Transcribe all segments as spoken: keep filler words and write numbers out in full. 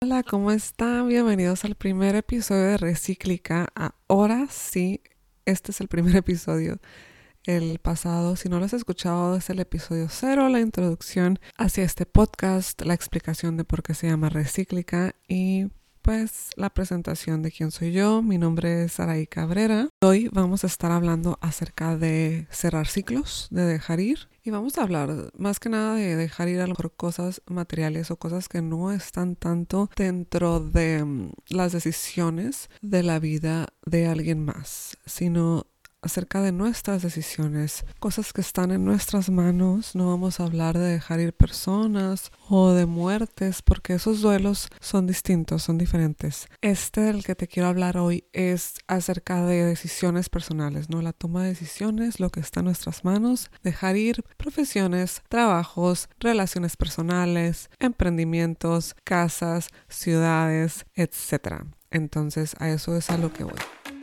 Hola, ¿cómo están? Bienvenidos al primer episodio de Recíclica. Ahora sí, este es el primer episodio. El pasado, si no lo has escuchado, es el episodio cero, la introducción hacia este podcast, la explicación de por qué se llama Recíclica y pues la presentación de quién soy yo. Mi nombre es Saraí Cabrera. Hoy vamos a estar hablando acerca de cerrar ciclos, de dejar ir. Y vamos a hablar más que nada de dejar ir a lo mejor cosas materiales o cosas que no están tanto dentro de um, las decisiones de la vida de alguien más, sino acerca de nuestras decisiones, cosas que están en nuestras manos. No vamos a hablar de dejar ir personas o de muertes, porque esos duelos son distintos, son diferentes. Este del que te quiero hablar hoy es acerca de decisiones personales, ¿no? La toma de decisiones, lo que está en nuestras manos, dejar ir profesiones, trabajos, relaciones personales, emprendimientos, casas, ciudades, etcétera. Entonces, a eso es a lo que voy.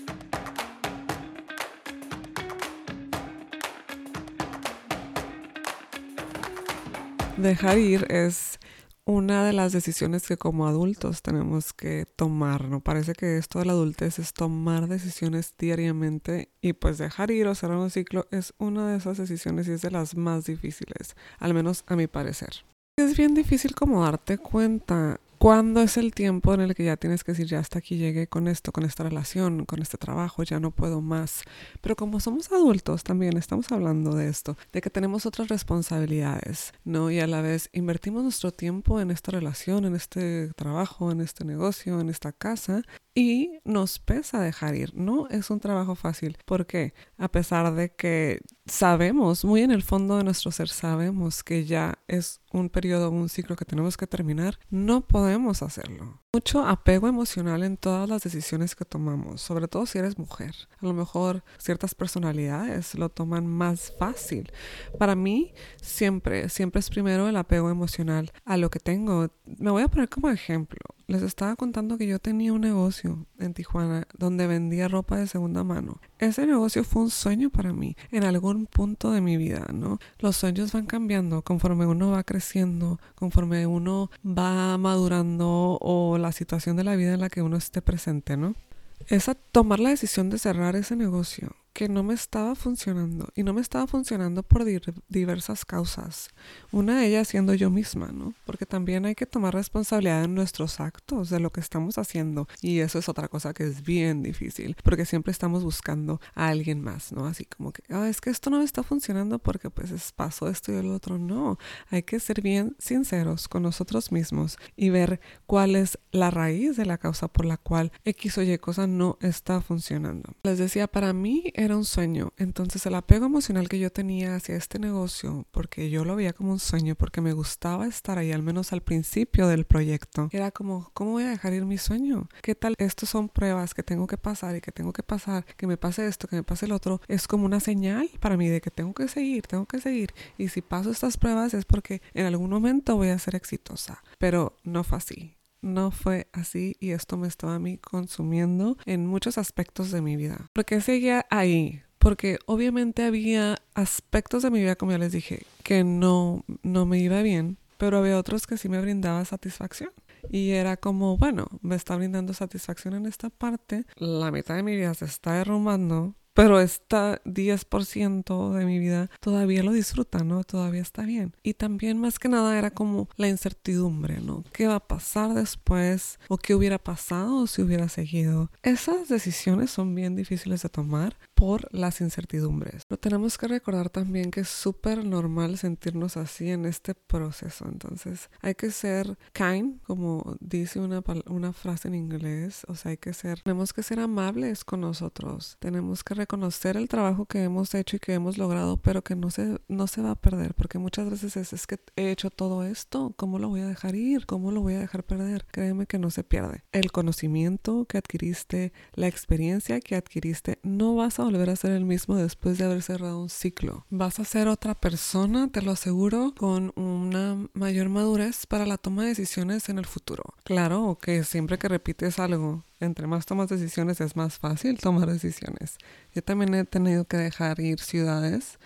Dejar ir es una de las decisiones que como adultos tenemos que tomar, ¿no? Parece que esto de la adultez es tomar decisiones diariamente y pues dejar ir o cerrar un ciclo es una de esas decisiones y es de las más difíciles, al menos a mi parecer. Es bien difícil como darte cuenta cuándo es el tiempo en el que ya tienes que decir ya hasta aquí llegué con esto, con esta relación, con este trabajo, ya no puedo más. Pero como somos adultos también estamos hablando de esto, de que tenemos otras responsabilidades, ¿no? Y a la vez invertimos nuestro tiempo en esta relación, en este trabajo, en este negocio, en esta casa y nos pesa dejar ir. No es un trabajo fácil. ¿Por qué? A pesar de que sabemos, muy en el fondo de nuestro ser sabemos que ya es un periodo, un ciclo que tenemos que terminar, no podemos hacerlo. Mucho apego emocional en todas las decisiones que tomamos, sobre todo si eres mujer. A lo mejor ciertas personalidades lo toman más fácil. Para mí, siempre, siempre es primero el apego emocional a lo que tengo. Me voy a poner como ejemplo. Les estaba contando que yo tenía un negocio en Tijuana donde vendía ropa de segunda mano. Ese negocio fue un sueño para mí en algún punto de mi vida, ¿no? Los sueños van cambiando conforme uno va creciendo, conforme uno va madurando o la situación de la vida en la que uno esté presente, ¿no? Esa tomar la decisión de cerrar ese negocio que no me estaba funcionando y no me estaba funcionando por di- diversas causas. Una de ellas siendo yo misma, ¿no? Porque también hay que tomar responsabilidad en nuestros actos, de lo que estamos haciendo. Y eso es otra cosa que es bien difícil, porque siempre estamos buscando a alguien más, ¿no? Así como que, ah, es que esto no me está funcionando porque pues es paso esto y el otro. No, hay que ser bien sinceros con nosotros mismos y ver cuál es la raíz de la causa por la cual X o Y cosa no está funcionando. Les decía, para mí era un sueño, entonces el apego emocional que yo tenía hacia este negocio, porque yo lo veía como un sueño, porque me gustaba estar ahí, al menos al principio del proyecto, era como, ¿cómo voy a dejar ir mi sueño? ¿Qué tal? Estos son pruebas que tengo que pasar y que tengo que pasar, que me pase esto, que me pase el otro, es como una señal para mí de que tengo que seguir, tengo que seguir, y si paso estas pruebas es porque en algún momento voy a ser exitosa, pero no fue así. No fue así y esto me estaba a mí consumiendo en muchos aspectos de mi vida. ¿Por qué seguía ahí? Porque obviamente había aspectos de mi vida, como ya les dije, que no, no me iba bien, pero había otros que sí me brindaba satisfacción. Y era como, bueno, me está brindando satisfacción en esta parte, la mitad de mi vida se está derrumbando, pero este diez por ciento de mi vida todavía lo disfruta, ¿no? Todavía está bien. Y también más que nada era como la incertidumbre, ¿no? ¿Qué va a pasar después? ¿O qué hubiera pasado si hubiera seguido? Esas decisiones son bien difíciles de tomar por las incertidumbres. Pero tenemos que recordar también que es súper normal sentirnos así en este proceso. Entonces hay que ser kind, como dice una, una frase en inglés. O sea, hay que ser, tenemos que ser amables con nosotros. Tenemos que reconocer el trabajo que hemos hecho y que hemos logrado, pero que no se, no se va a perder, porque muchas veces es, es que he hecho todo esto, ¿cómo lo voy a dejar ir? ¿Cómo lo voy a dejar perder? Créeme que no se pierde. El conocimiento que adquiriste, la experiencia que adquiriste, no vas a volver a ser el mismo después de haber cerrado un ciclo. Vas a ser otra persona, te lo aseguro, con una mayor madurez para la toma de decisiones en el futuro. Claro que siempre que repites algo, entre más tomas decisiones es más fácil tomar decisiones. Yo también he tenido que dejar ir ciudades,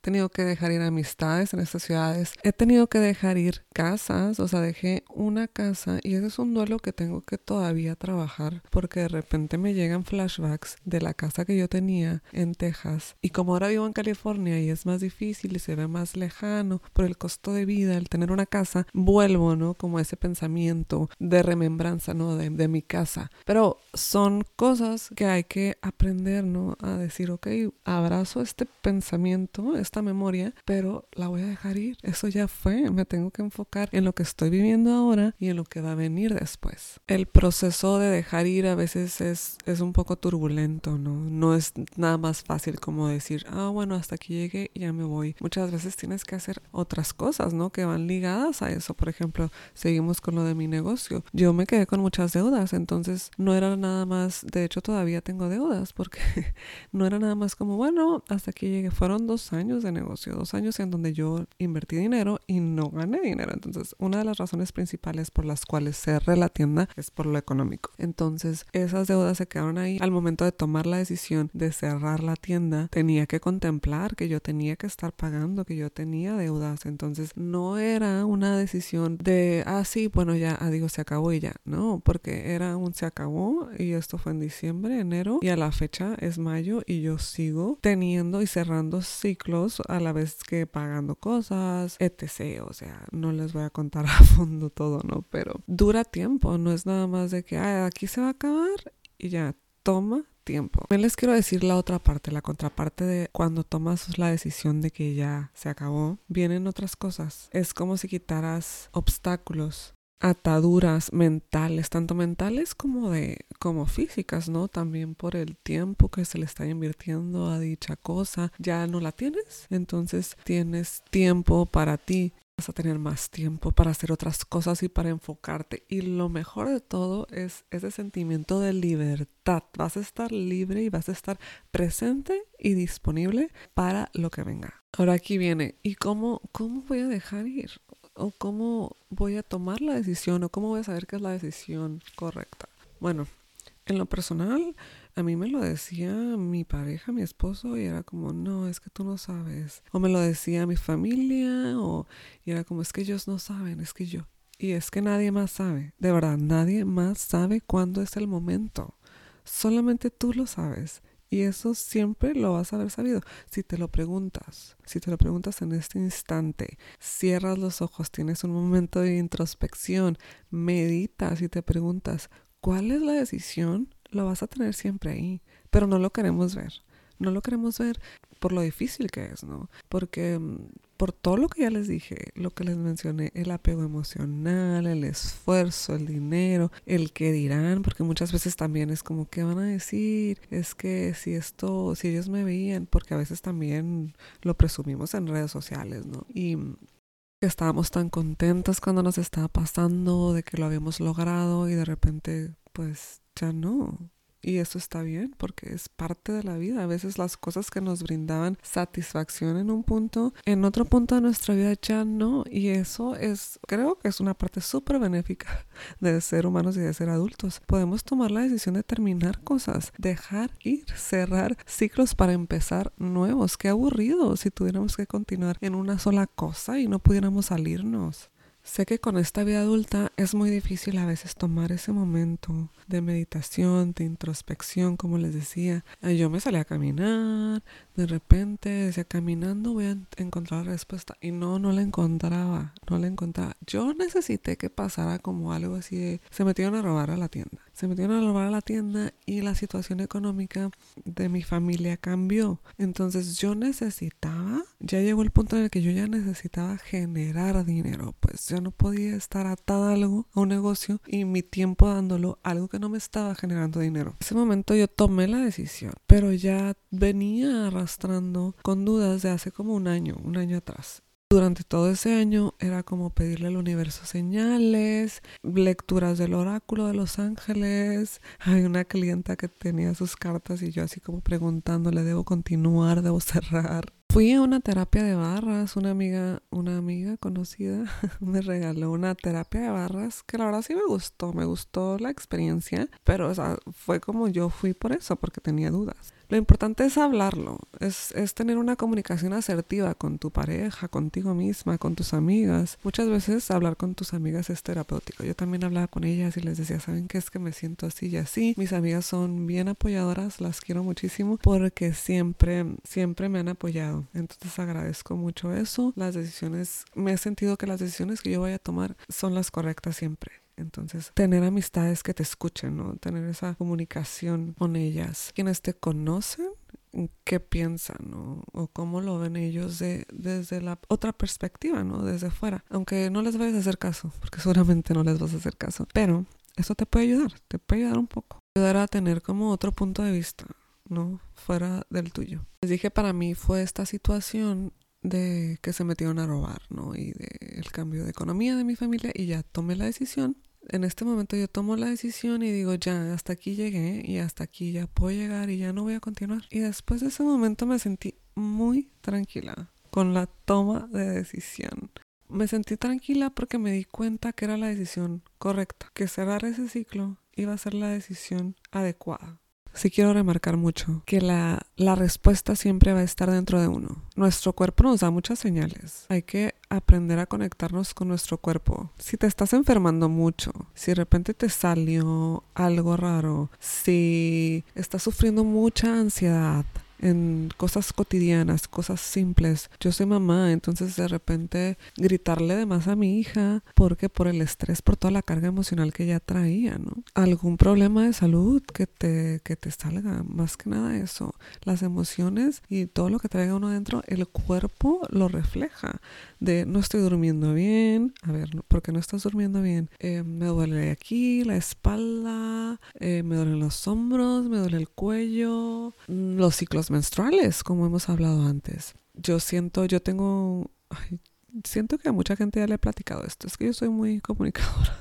tenido que dejar ir amistades en estas ciudades, he tenido que dejar ir casas, o sea, dejé una casa y ese es un duelo que tengo que todavía trabajar porque de repente me llegan flashbacks de la casa que yo tenía en Texas y como ahora vivo en California y es más difícil y se ve más lejano por el costo de vida, el tener una casa, vuelvo, ¿no? Como ese pensamiento de remembranza, ¿no? De, de mi casa. Pero son cosas que hay que aprender, ¿no? A decir, ok, abrazo este pensamiento, esta memoria, pero la voy a dejar ir. Eso ya fue. Me tengo que enfocar en lo que estoy viviendo ahora y en lo que va a venir después. El proceso de dejar ir a veces es, es un poco turbulento, ¿no? No es nada más fácil como decir, ah, bueno, hasta aquí llegué y ya me voy. Muchas veces tienes que hacer otras cosas, ¿no? Que van ligadas a eso. Por ejemplo, seguimos con lo de mi negocio. Yo me quedé con muchas deudas, entonces no era nada más, de hecho todavía tengo deudas porque no era nada más como, bueno, hasta aquí llegué. Fueron dos años de negocio, dos años en donde yo invertí dinero y no gané dinero. Entonces, una de las razones principales por las cuales cerré la tienda es por lo económico. Entonces, esas deudas se quedaron ahí. Al momento de tomar la decisión de cerrar la tienda, tenía que contemplar que yo tenía que estar pagando, que yo tenía deudas. Entonces, no era una decisión de, ah, sí, bueno, ya, ah, digo, se acabó y ya. No, porque era un se acabó y esto fue en diciembre, enero y a la fecha es mayo y yo sigo teniendo y cerrando ciclos a la vez que pagando cosas, etcétera. O sea, no les voy a contar a fondo todo, ¿no? Pero dura tiempo, no es nada más de que, ay, aquí se va a acabar y ya, toma tiempo. También les quiero decir la otra parte, la contraparte de cuando tomas la decisión de que ya se acabó, vienen otras cosas. Es como si quitaras obstáculos, ataduras mentales, tanto mentales como de como físicas, ¿no? También por el tiempo que se le está invirtiendo a dicha cosa, ya no la tienes, entonces tienes tiempo para ti. Vas a tener más tiempo para hacer otras cosas y para enfocarte. Y lo mejor de todo es ese sentimiento de libertad. Vas a estar libre y vas a estar presente y disponible para lo que venga. Ahora aquí viene, ¿y cómo, cómo voy a dejar ir? ¿O cómo voy a tomar la decisión? ¿O cómo voy a saber que es la decisión correcta? Bueno, en lo personal, a mí me lo decía mi pareja, mi esposo, y era como, no, es que tú no sabes. O me lo decía mi familia, o y era como, es que ellos no saben, es que yo. Y es que nadie más sabe, de verdad, nadie más sabe cuándo es el momento. Solamente tú lo sabes. Y eso siempre lo vas a haber sabido. Si te lo preguntas, si te lo preguntas en este instante, cierras los ojos, tienes un momento de introspección, meditas y te preguntas, ¿cuál es la decisión? Lo vas a tener siempre ahí, pero no lo queremos ver. No lo queremos ver por lo difícil que es, ¿no? Porque por todo lo que ya les dije, lo que les mencioné, el apego emocional, el esfuerzo, el dinero, el que dirán, porque muchas veces también es como, ¿qué van a decir? Es que si esto, si ellos me veían, porque a veces también lo presumimos en redes sociales, ¿no? Y estábamos tan contentos cuando nos estaba pasando, de que lo habíamos logrado y de repente, pues ya no. Y eso está bien porque es parte de la vida. A veces las cosas que nos brindaban satisfacción en un punto, en otro punto de nuestra vida ya no. Y eso es, creo que es una parte súper benéfica de ser humanos y de ser adultos. Podemos tomar la decisión de terminar cosas, dejar ir, cerrar ciclos para empezar nuevos. Qué aburrido si tuviéramos que continuar en una sola cosa y no pudiéramos salirnos. Sé que con esta vida adulta es muy difícil a veces tomar ese momento de meditación, de introspección, como les decía. Yo me salí a caminar, de repente decía, caminando voy a encontrar la respuesta. Y no, no la encontraba, no la encontraba. Yo necesité que pasara como algo así de, se metieron a robar a la tienda. Se metieron a robar a la tienda y la situación económica de mi familia cambió. Entonces yo necesitaba, ya llegó el punto en el que yo ya necesitaba generar dinero. Pues yo no podía estar atada a algo, a un negocio, y mi tiempo dándolo a algo que no me estaba generando dinero. En ese momento yo tomé la decisión, pero ya venía arrastrando con dudas de hace como un año, un año atrás. Durante todo ese año era como pedirle al universo señales, lecturas del oráculo de los ángeles. Hay una clienta que tenía sus cartas y yo así como preguntándole, ¿debo continuar? ¿Debo cerrar? Fui a una terapia de barras, una amiga, una amiga conocida me regaló una terapia de barras que la verdad sí me gustó, me gustó la experiencia, pero o sea, fue como yo fui por eso, porque tenía dudas. Lo importante es hablarlo, es, es tener una comunicación asertiva con tu pareja, contigo misma, con tus amigas. Muchas veces hablar con tus amigas es terapéutico. Yo también hablaba con ellas y les decía, ¿saben qué? Es que me siento así y así. Mis amigas son bien apoyadoras, las quiero muchísimo porque siempre, siempre me han apoyado. Entonces agradezco mucho eso. Las decisiones, me he sentido que las decisiones que yo voy a tomar son las correctas siempre. Entonces, tener amistades que te escuchen, ¿no? Tener esa comunicación con ellas. Quienes te conocen, qué piensan, ¿no? O cómo lo ven ellos de, desde la otra perspectiva, ¿no? Desde fuera. Aunque no les vayas a hacer caso, porque seguramente no les vas a hacer caso. Pero eso te puede ayudar, te puede ayudar un poco. Ayudar a tener como otro punto de vista, ¿no? Fuera del tuyo. Les dije, para mí fue esta situación de que se metieron a robar, ¿no? Y de el cambio de economía de mi familia y ya tomé la decisión. En este momento yo tomo la decisión y digo, ya, hasta aquí llegué y hasta aquí ya puedo llegar y ya no voy a continuar. Y después de ese momento me sentí muy tranquila con la toma de decisión. Me sentí tranquila porque me di cuenta que era la decisión correcta, que cerrar ese ciclo iba a ser la decisión adecuada. Sí quiero remarcar mucho que la, la respuesta siempre va a estar dentro de uno. Nuestro cuerpo nos da muchas señales. Hay que aprender a conectarnos con nuestro cuerpo. Si te estás enfermando mucho, si de repente te salió algo raro, si estás sufriendo mucha ansiedad en cosas cotidianas, cosas simples. Yo soy mamá, entonces de repente gritarle de más a mi hija porque por el estrés, por toda la carga emocional que ya traía, ¿no? Algún problema de salud que te, que te salga, más que nada eso. Las emociones y todo lo que traiga uno adentro, el cuerpo lo refleja. De no estoy durmiendo bien, a ver, ¿por qué no estás durmiendo bien? Eh, me duele aquí, la espalda, eh, me duelen los hombros, me duele el cuello, los ciclos menstruales, como hemos hablado antes. Yo siento, yo tengo, ay, siento que a mucha gente ya le he platicado esto, es que yo soy muy comunicadora.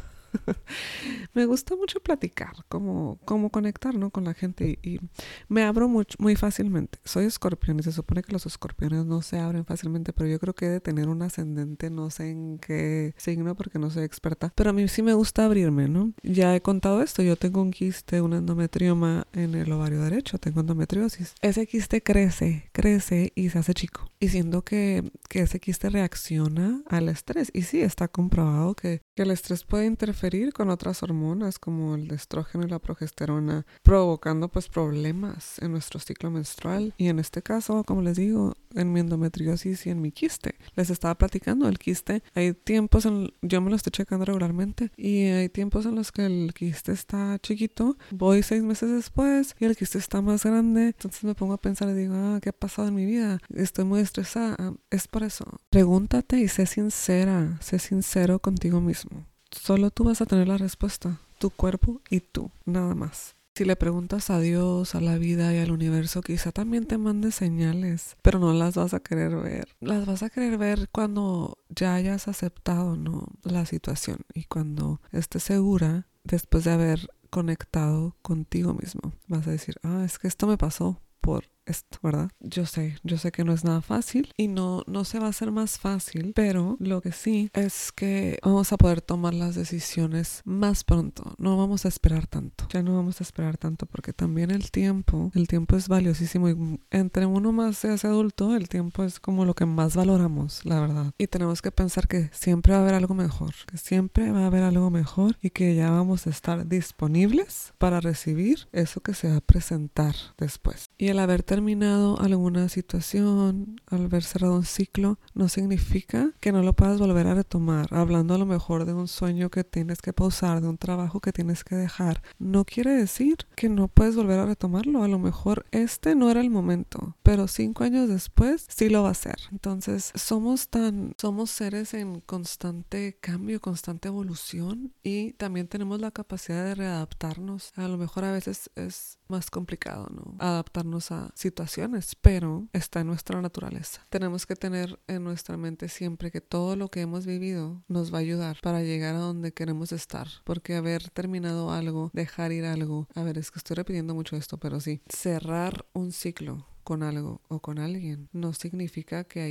Me gusta mucho platicar, como, como conectar, ¿no? Con la gente y, y me abro mucho, muy fácilmente. Soy escorpión y se supone que los escorpiones no se abren fácilmente, pero yo creo que he de tener un ascendente, no sé en qué signo porque no soy experta, pero a mí sí me gusta abrirme, ¿no? Ya he contado esto, yo tengo un quiste, un endometrioma en el ovario derecho, tengo endometriosis. Ese quiste crece, crece y se hace chico. Y siento que, que ese quiste reacciona al estrés. Y sí, está comprobado que, que el estrés puede interferir con otras hormonas como el estrógeno y la progesterona, provocando pues problemas en nuestro ciclo menstrual. Y en este caso, como les digo, en mi endometriosis y en mi quiste. Les estaba platicando, el quiste, hay tiempos, en, yo me lo estoy checando regularmente, y hay tiempos en los que el quiste está chiquito, voy seis meses después y el quiste está más grande, entonces me pongo a pensar y digo, ah, ¿qué ha pasado en mi vida? Estoy muy estresada. Es por eso. Pregúntate y sé sincera, sé sincero contigo mismo. Solo tú vas a tener la respuesta, tu cuerpo y tú, nada más. Si le preguntas a Dios, a la vida y al universo, quizá también te mande señales, pero no las vas a querer ver. Las vas a querer ver cuando ya hayas aceptado, ¿no?, la situación y cuando estés segura después de haber conectado contigo mismo. Vas a decir, ah, es que esto me pasó por esto, ¿verdad? Yo sé, yo sé que no es nada fácil y no, no se va a hacer más fácil, pero lo que sí es que vamos a poder tomar las decisiones más pronto. No vamos a esperar tanto. Ya no vamos a esperar tanto porque también el tiempo, el tiempo es valiosísimo y entre uno más se hace adulto, el tiempo es como lo que más valoramos, la verdad. Y tenemos que pensar que siempre va a haber algo mejor, que siempre va a haber algo mejor y que ya vamos a estar disponibles para recibir eso que se va a presentar después. Y el haber terminado alguna situación, al haber cerrado un ciclo, no significa que no lo puedas volver a retomar. Hablando a lo mejor de un sueño que tienes que pausar, de un trabajo que tienes que dejar, no quiere decir que no puedes volver a retomarlo. A lo mejor este no era el momento, pero cinco años después sí lo va a ser. Entonces somos tan, somos seres en constante cambio, constante evolución, y también tenemos la capacidad de readaptarnos. A lo mejor a veces es más complicado, ¿no?, adaptarnos a situaciones, pero está en nuestra naturaleza. Tenemos que tener en nuestra mente siempre que todo lo que hemos vivido nos va a ayudar para llegar a donde queremos estar, porque haber terminado algo, dejar ir algo, a ver, es que estoy repitiendo mucho esto, pero sí, cerrar un ciclo con algo o con alguien no significa que ahí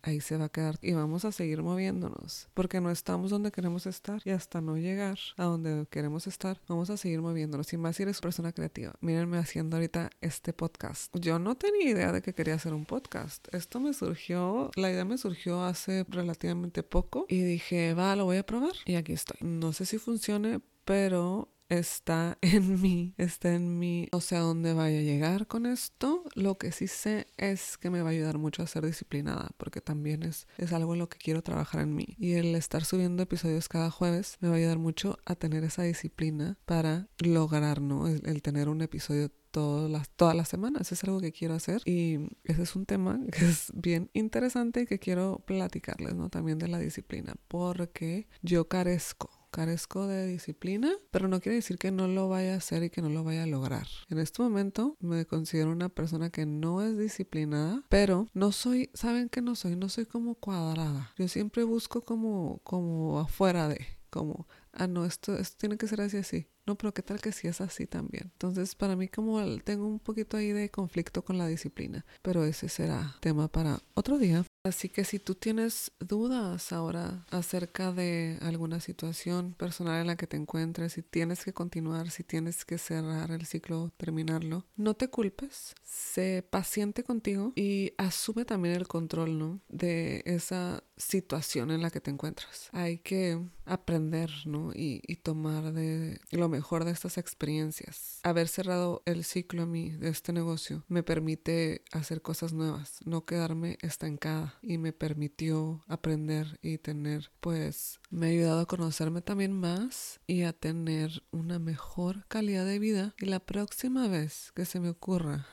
ahí se va a quedar y vamos a seguir moviéndonos porque no estamos donde queremos estar y hasta no llegar a donde queremos estar, vamos a seguir moviéndonos. Y más si eres una persona creativa. Mírenme haciendo ahorita este podcast. Yo no tenía idea de que quería hacer un podcast. Esto me surgió, la idea me surgió hace relativamente poco y dije, va, lo voy a probar y aquí estoy. No sé si funcione, pero está en mí, está en mí. No sé a dónde vaya a llegar con esto. Lo que sí sé es que me va a ayudar mucho a ser disciplinada, porque también es, es algo en lo que quiero trabajar en mí. Y el estar subiendo episodios cada jueves me va a ayudar mucho a tener esa disciplina para lograr, ¿no? El, el tener un episodio todas las, todas las semanas. Es algo que quiero hacer y ese es un tema que es bien interesante y que quiero platicarles, ¿no? También de la disciplina, porque yo carezco carezco de disciplina, pero no quiere decir que no lo vaya a hacer y que no lo vaya a lograr. En este momento me considero una persona que no es disciplinada, pero no soy, ¿saben qué no soy? No soy como cuadrada. Yo siempre busco como, como afuera de, como, ah, no, esto, esto tiene que ser así, así. No, pero qué tal que sí es así también. Entonces, para mí como el, tengo un poquito ahí de conflicto con la disciplina, pero ese será tema para otro día. Así que si tú tienes dudas ahora acerca de alguna situación personal en la que te encuentres, si tienes que continuar, si tienes que cerrar el ciclo, terminarlo, no te culpes, sé paciente contigo y asume también el control, ¿no? De esa situación en la que te encuentras. Hay que aprender, ¿no? Y, y tomar de lo mejor de estas experiencias. Haber cerrado el ciclo a mí de este negocio me permite hacer cosas nuevas, no quedarme estancada. Y me permitió aprender y tener, pues, me ha ayudado a conocerme también más y a tener una mejor calidad de vida. Y la próxima vez que se me ocurra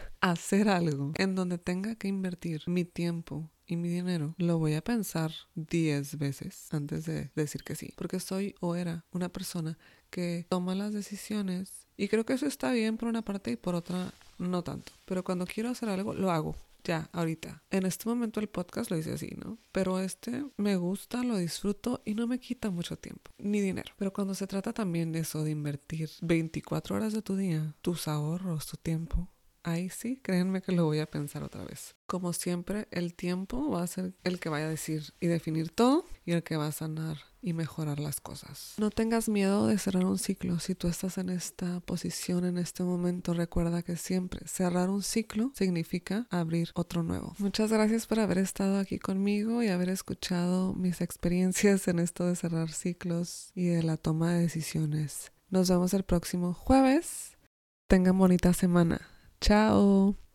hacer algo en donde tenga que invertir mi tiempo y mi dinero, lo voy a pensar diez veces antes de decir que sí. Porque soy o era una persona que toma las decisiones y creo que eso está bien por una parte y por otra no tanto. Pero cuando quiero hacer algo, lo hago. Ya, ahorita. En este momento el podcast lo hice así, ¿no? Pero este me gusta, lo disfruto y no me quita mucho tiempo, ni dinero. Pero cuando se trata también de eso, de invertir veinticuatro horas de tu día, tus ahorros, tu tiempo, ahí sí, créanme que lo voy a pensar otra vez. Como siempre, el tiempo va a ser el que vaya a decir y definir todo y el que va a sanar y mejorar las cosas. No tengas miedo de cerrar un ciclo. Si tú estás en esta posición en este momento, recuerda que siempre cerrar un ciclo significa abrir otro nuevo. Muchas gracias por haber estado aquí conmigo y haber escuchado mis experiencias en esto de cerrar ciclos y de la toma de decisiones. Nos vemos el próximo jueves. Tengan bonita semana. Chao.